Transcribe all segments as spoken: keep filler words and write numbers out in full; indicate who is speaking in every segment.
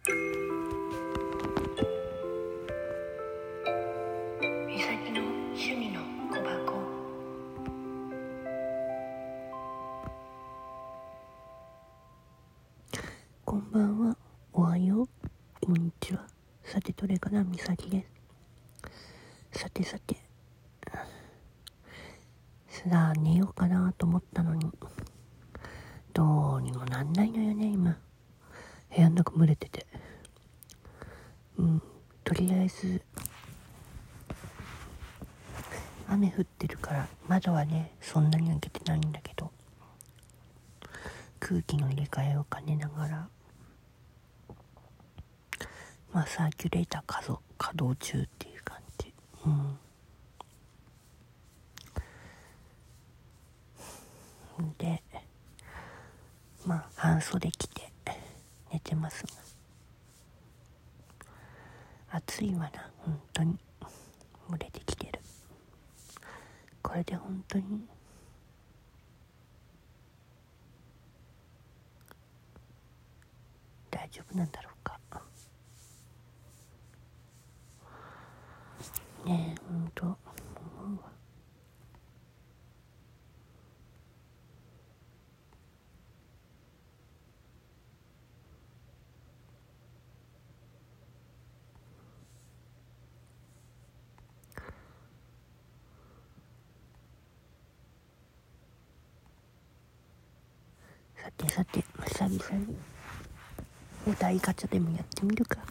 Speaker 1: みさきの趣味の小箱。こんばんは、おはよう、こんにちは。さてどれかな、みさきです。さてさてさあ寝ようかなと思ったのにどうにもなんないのよね。今部屋の中蒸れてて、うんとりあえず雨降ってるから窓はねそんなに開けてないんだけど、空気の入れ替えを兼ねながら、まあサーキュレーター稼働稼働中っていう感じ。うんでまあ半袖着て寝てますが、暑いわな、本当に蒸れてきてる。これで本当に大丈夫なんだろうかね。え本当思うわ。さてさて久々にお題ガチャでもやってみるか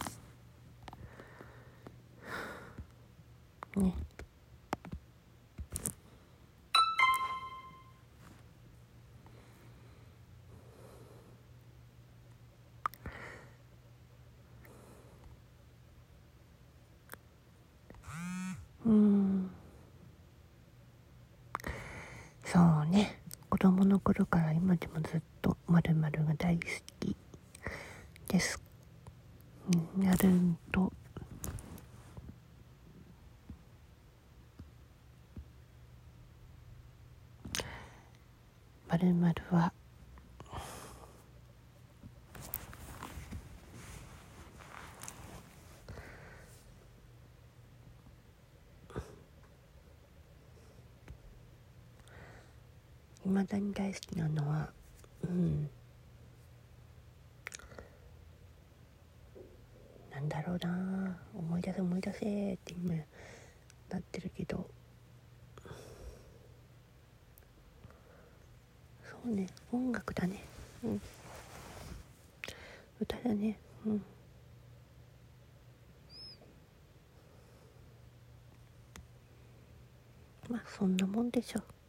Speaker 1: ね。うーんそうね、子供の頃から今でもずっと〇〇が大好きです。うんやるんと〇〇は未だに大好きなのは、うんなんだろうな、思い出せ思い出せって今なってるけど、そうね、音楽だね。うん歌だね。うんまあそんなもんでしょ。